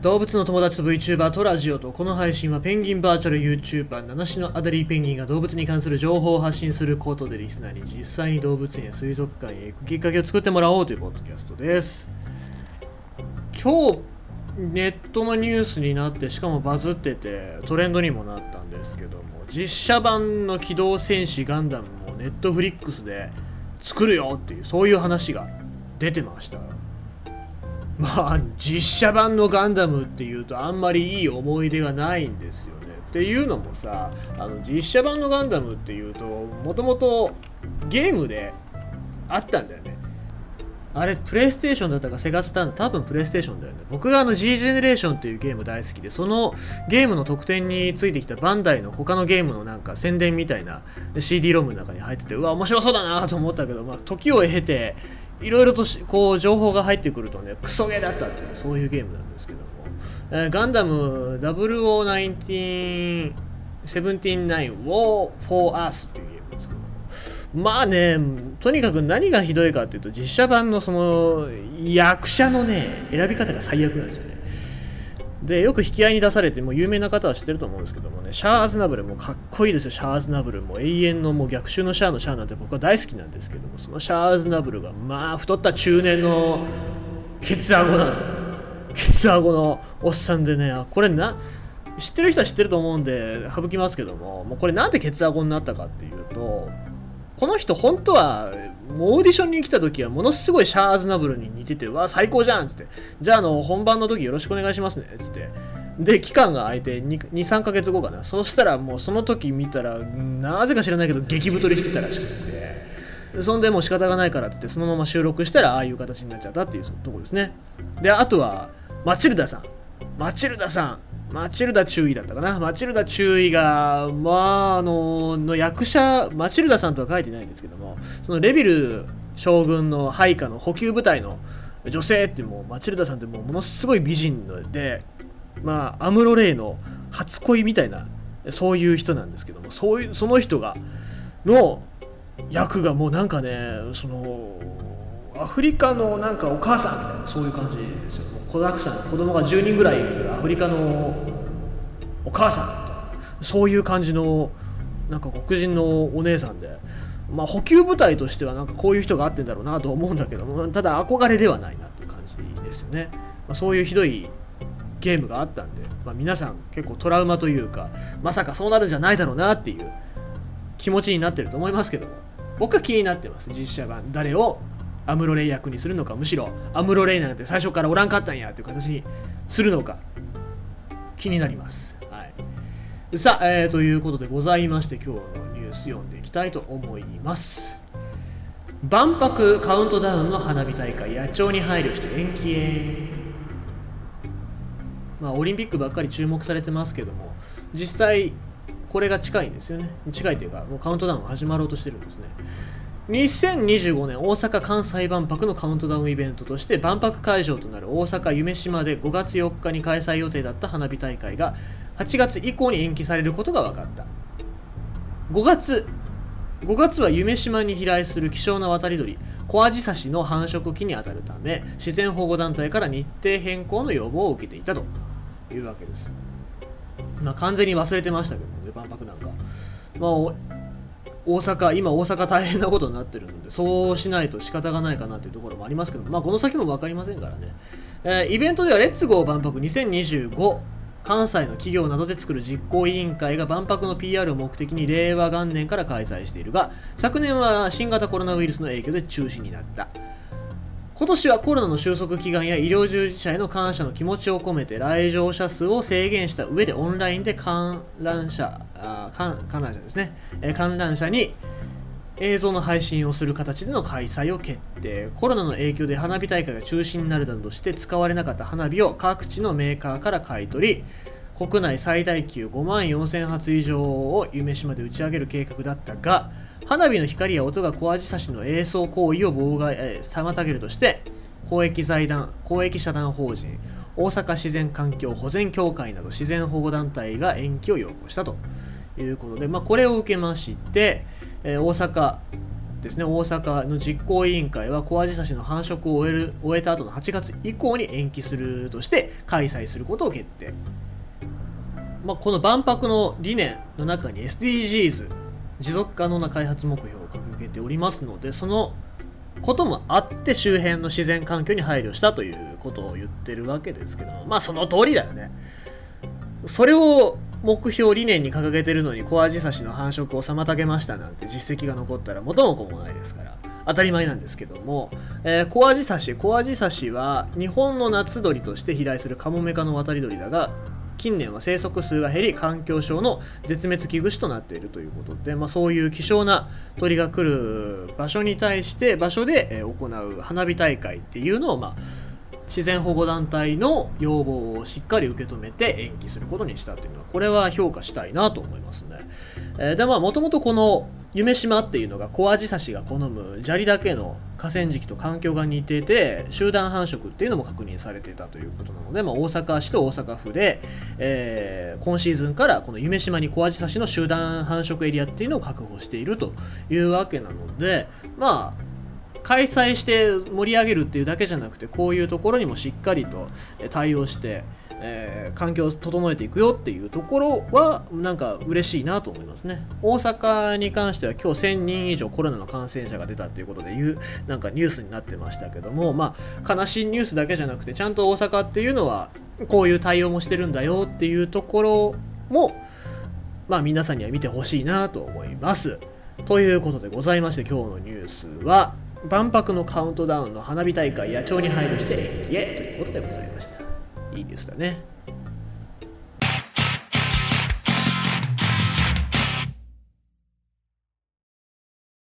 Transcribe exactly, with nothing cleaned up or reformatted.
動物の友達と VTuber とラジオと、この配信はペンギンバーチャル YouTuber 七種のアデリーペンギンが動物に関する情報を発信することでリスナーに実際に動物園や水族館へ行くきっかけを作ってもらおうというポッドキャストです。今日ネットのニュースになって、しかもバズっててトレンドにもなったんですけども、実写版の機動戦士ガンダムもネットフリックスで作るよっていう、そういう話が出てました。まあ実写版のガンダムっていうとあんまりいい思い出がないんですよね。っていうのもさ、あの実写版のガンダムっていうともともとゲームであったんだよね。あれプレイステーションだったかセガスターンだ、多分プレイステーションだよね。僕があの G ジェネレーションっていうゲーム大好きで、そのゲームの特典についてきたバンダイの他のゲームのなんか宣伝みたいな シーディー ロムの中に入ってて、うわ面白そうだなと思ったけど、まあ時を経ていろいろとこう情報が入ってくるとね、クソゲーだったっていう、そういうゲームなんですけども、えー、ガンダムダブルオーナインティーンセブンティーンナイン War for Earth っていうゲームですけども、まあね、とにかく何がひどいかっていうと、実写版のその役者のね選び方が最悪なんですよね。でよく引き合いに出されて、もう有名な方は知ってると思うんですけどもね、シャアーズナブルもかっこいいですよ。シャアーズナブルも永遠のもう逆襲のシャアのシャアなんて僕は大好きなんですけども、そのシャアーズナブルがまあ太った中年のケツアゴなんですよ。ケツアゴのおっさんでね、これな知ってる人は知ってると思うんで省きますけども、もうこれなんでケツアゴになったかっていうと、この人本当はもうオーディションに来た時はものすごいシャアーズナブルに似てて、わ最高じゃんっつって、じゃああの本番の時よろしくお願いしますねっつって、で期間が空いて にさんかげつごかな、そしたらもうその時見たらなぜか知らないけど激太りしてたらしくて、そんでもう仕方がないからっつってそのまま収録したらああいう形になっちゃったっていうところですね。であとはマチルダさんマチルダさんマチルダ注意だったかな。マチルダ注意が、まあ、あの、の役者、マチルダさんとは書いてないんですけども、そのレビル将軍の配下の補給部隊の女性ってもう、マチルダさんってもうものすごい美人で、まあ、アムロレイの初恋みたいな、そういう人なんですけども、そういう、その人が、の役がもうなんかね、その、アフリカのなんかお母さんみたいな、そういう感じですよ。子だくさん、子供がじゅうにんぐらいいるアフリカのお母さんみたいな、そういう感じのなんか黒人のお姉さんで、まあ補給部隊としてはなんかこういう人があってんだろうなと思うんだけども、ただ憧れではないなっていう感じですよね。まあ、そういうひどいゲームがあったんで、まあ、皆さん結構トラウマというか、まさかそうなるんじゃないだろうなっていう気持ちになってると思いますけども、僕は気になってます。実写版誰をアムロレイ役にするのか、むしろアムロレイなんて最初からおらんかったんやという形にするのか気になります。はい、さあ、えー、ということでございまして、今日のニュース読んでいきたいと思います。万博カウントダウンの花火大会、野鳥に配慮して延期へ。まあオリンピックばっかり注目されてますけども、実際これが近いんですよね。近いというか、もうカウントダウン始まろうとしてるんですね。にせんにじゅうごねん大阪・関西万博のカウントダウンイベントとして、万博会場となる大阪夢洲でごがつよっかに開催予定だった花火大会がはちがつ以降に延期されることが分かった。ごがつごがつは夢洲に飛来する希少な渡り鳥コアジサシの繁殖期にあたるため、自然保護団体から日程変更の要望を受けていたというわけです。まあ完全に忘れてましたけどね、万博なんか。まあ大阪、今大阪大変なことになってるので、そうしないと仕方がないかなというところもありますけど、まあこの先も分かりませんからね。えー、イベントではレッツゴー万博にせんにじゅうご、関西の企業などで作る実行委員会が万博の ピーアール を目的に令和元年から開催しているが、昨年は新型コロナウイルスの影響で中止になった。今年はコロナの収束祈願や医療従事者への感謝の気持ちを込めて、来場者数を制限した上でオンラインで観覧者、あ観観覧者ですね、えー、観覧者に映像の配信をする形での開催を決定。コロナの影響で花火大会が中止になるなどして使われなかった花火を各地のメーカーから買い取り、国内最大級ごまんよんせんはつ以上を夢洲まで打ち上げる計画だったが、花火の光や音がコアジサシの営巣行為を妨害、えー、妨げるとして、公益財団、公益社団法人、大阪自然環境保全協会など自然保護団体が延期を要望したということで、まあ、これを受けまして、えー、大阪ですね、大阪の実行委員会はコアジサシの繁殖を終える終えた後のはちがつ以降に延期するとして開催することを決定。まあ、この万博の理念の中に エスディージーズ 持続可能な開発目標を掲げておりますので、そのこともあって周辺の自然環境に配慮したということを言ってるわけですけども、まあその通りだよね。それを目標理念に掲げてるのにコアジサシの繁殖を妨げましたなんて実績が残ったら元も子もないですから当たり前なんですけども、えー、コアジサシコアジサシは日本の夏鳥として飛来するカモメ科の渡り鳥だが、近年は生息数が減り環境省の絶滅危惧種となっているということで、まあ、そういう希少な鳥が来る場所に対して場所で行う花火大会っていうのを、まあ、自然保護団体の要望をしっかり受け止めて延期することにしたというのは、これは評価したいなと思いますね。えー、でまあもともとこの夢島っていうのがコアジサシが好む砂利だけの河川敷と環境が似てて集団繁殖っていうのも確認されていたということなので、まあ、大阪市と大阪府で、えー、今シーズンからこの夢島にコアジサシの集団繁殖エリアっていうのを確保しているというわけなので、まあ開催して盛り上げるっていうだけじゃなくて、こういうところにもしっかりと対応して、えー、環境を整えていくよっていうところはなんか嬉しいなと思いますね。大阪に関しては今日せんにん以上コロナの感染者が出たということでいうなんかニュースになってましたけども、まあ悲しいニュースだけじゃなくて、ちゃんと大阪っていうのはこういう対応もしてるんだよっていうところもまあ皆さんには見てほしいなと思います。ということでございまして、今日のニュースは万博のカウントダウンの花火大会野鳥に配慮して延期へということでございました。いいニュースだね。